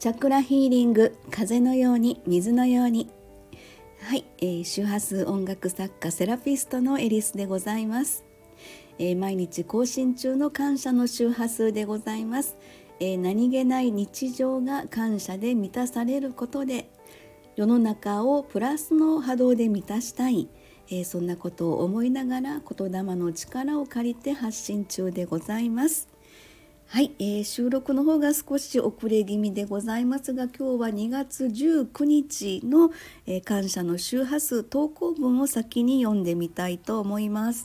チャクラヒーリング、風のように水のように。はい、周波数音楽作家セラピストのエリスでございます。毎日更新中の感謝の周波数でございます。何気ない日常が感謝で満たされることで世の中をプラスの波動で満たしたい、そんなことを思いながら言霊の力を借りて発信中でございます。はい、収録の方が少し遅れ気味でございますが、今日は2月19日の、感謝の周波数投稿文を先に読んでみたいと思います。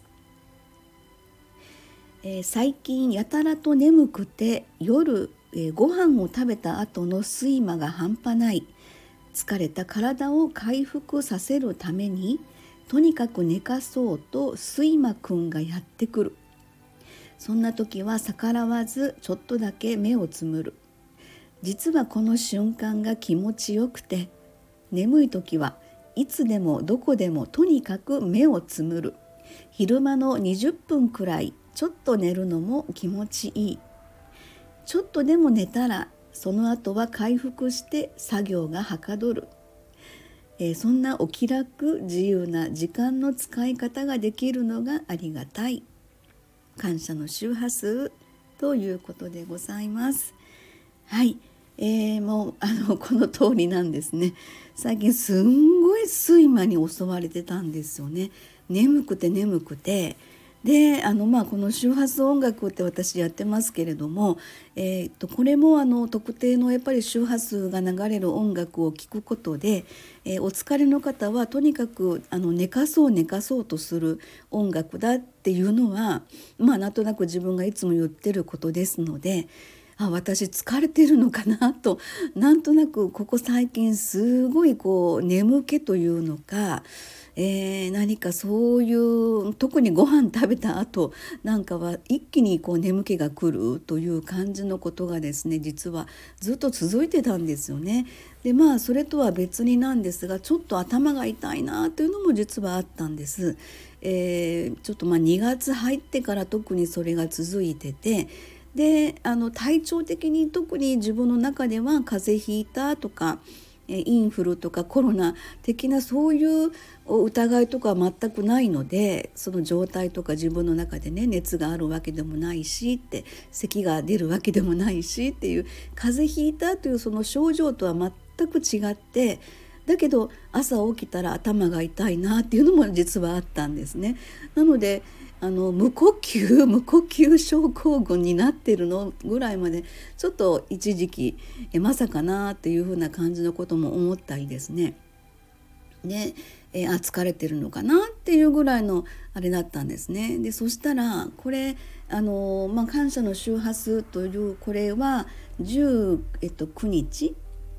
最近やたらと眠くて夜、ご飯を食べた後の睡魔が半端ない。疲れた体を回復させるためにとにかく寝かそうと睡魔くんがやってくる。そんな時は逆らわずちょっとだけ目をつむる。実はこの瞬間が気持ちよくて、眠い時はいつでもどこでもとにかく目をつむる。昼間の20分くらいちょっと寝るのも気持ちいい。ちょっとでも寝たらその後は回復して作業がはかどる。そんなお気楽自由な時間の使い方ができるのがありがたい。感謝の周波数ということでございます。はい、もうこの通りなんですね。最近すんごい睡魔に襲われてたんですよね。眠くてでこの周波数音楽って私やってますけれども、これも特定のやっぱり周波数が流れる音楽を聴くことで、お疲れの方はとにかく寝かそうとする音楽だっていうのは、なんとなく自分がいつも言ってることですので、私疲れてるのかなと、なんとなくここ最近すごい眠気というのか、何かそういう特にご飯食べた後なんかは一気に眠気が来るという感じのことがですね、実はずっと続いてたんですよね。でそれとは別になんですが、ちょっと頭が痛いなというのも実はあったんです。ちょっと2月入ってから特にそれが続いてて、で体調的に特に自分の中では風邪ひいたとかインフルとかコロナ的なそういう疑いとかは全くないので、その状態とか自分の中でね、熱があるわけでもないしって、咳が出るわけでもないしっていう、風邪ひいたというその症状とは全く違って、だけど朝起きたら頭が痛いなっていうのも実はあったんですね。なので無呼吸症候群になってるのぐらいまでちょっと一時期まさかなっていう風な感じのことも思ったりですね。で、疲れてるのかなっていうぐらいのあれだったんですね。でそしたらこれ感謝の周波数というこれは19日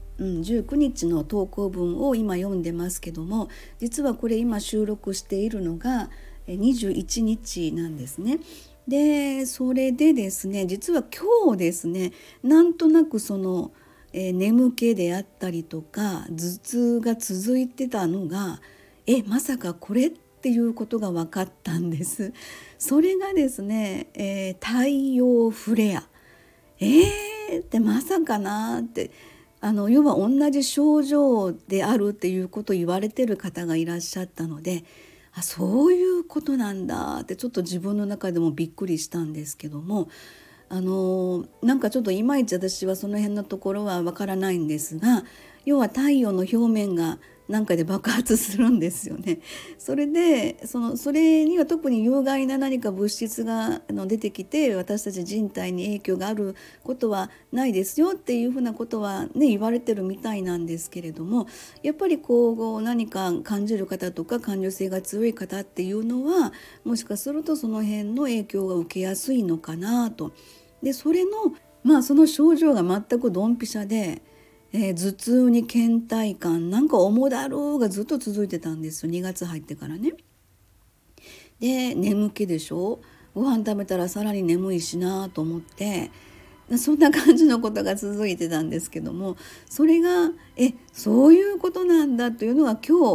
19日の投稿文を今読んでますけども、実はこれ今収録しているのが21日なんですね。でそれでですね、実は今日ですね、なんとなくその、眠気であったりとか頭痛が続いてたのがまさかこれっていうことが分かったんです。それがですね、太陽フレアってまさかなって要は同じ症状であるっていうことを言われてる方がいらっしゃったので、そういうことなんだってちょっと自分の中でもびっくりしたんですけども、なんかちょっといまいち私はその辺のところはわからないんですが、要は太陽の表面がなんかで爆発するんですよね。それでそれには特に有害な何か物質が出てきて私たち人体に影響があることはないですよっていうふうなことはね言われてるみたいなんですけれども、やっぱり何か感じる方とか感受性が強い方っていうのはもしかするとその辺の影響が受けやすいのかなと。でそれのその症状が全くドンピシャで、頭痛に倦怠感なんか重だるがずっと続いてたんですよ、2月入ってからね。で眠気でしょ、ご飯食べたらさらに眠いしなと思って、そんな感じのことが続いてたんですけども、それがそういうことなんだというのが今日こ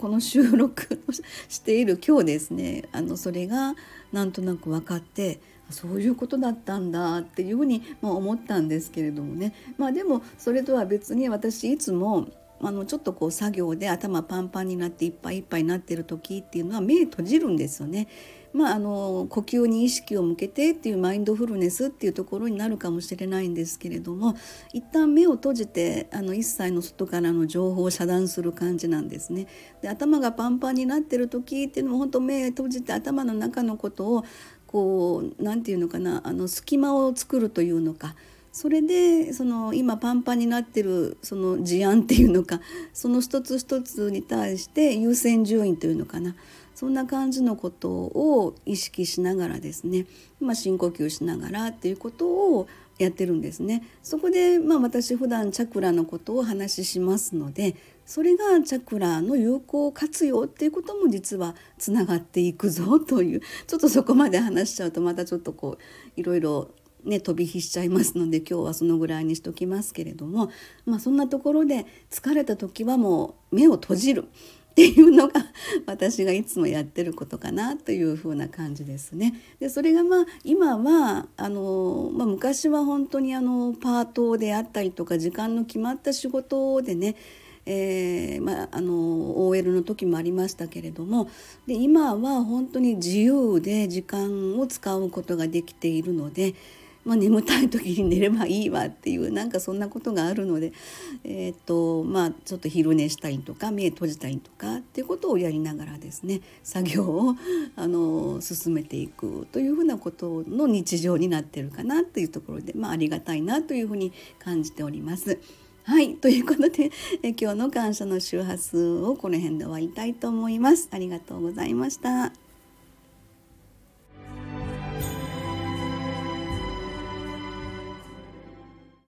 この収録をしている今日ですね、それがなんとなく分かって、そういうことだったんだっていうふうに思ったんですけれどもね。でもそれとは別に、私いつもちょっとこう作業で頭パンパンになっていっぱいいっぱいになっている時っていうのは目閉じるんですよね。呼吸に意識を向けてっていうマインドフルネスっていうところになるかもしれないんですけれども、一旦目を閉じて一切の外からの情報を遮断する感じなんですね。で、頭がパンパンになってる時っていうのも本当目閉じて頭の中のことをこうなんていうのかな、隙間を作るというのか、それでその今パンパンになってるその事案っていうのか、その一つ一つに対して優先順位というのかな、そんな感じのことを意識しながらですね、深呼吸しながらっていうことをやってるんですね。そこで私普段チャクラのことをお話ししますので、それがチャクラの有効活用っていうことも実はつながっていくぞという、ちょっとそこまで話しちゃうとまたちょっとこういろいろ飛び火しちゃいますので、今日はそのぐらいにしときますけれども、そんなところで疲れた時はもう目を閉じるっていうのが私がいつもやってることかなというふうな感じですね。でそれが今は昔は本当にパートであったりとか時間の決まった仕事でね、OL の時もありましたけれども、で今は本当に自由で時間を使うことができているので、眠たい時に寝ればいいわっていう、なんかそんなことがあるので、ちょっと昼寝したりとか目閉じたりとかっていうことをやりながらですね、作業を進めていくというふうなことの日常になっているかなというところで、ありがたいなというふうに感じております。はい、ということで今日の感謝の周波数をこの辺で終わりたいと思います。ありがとうございました。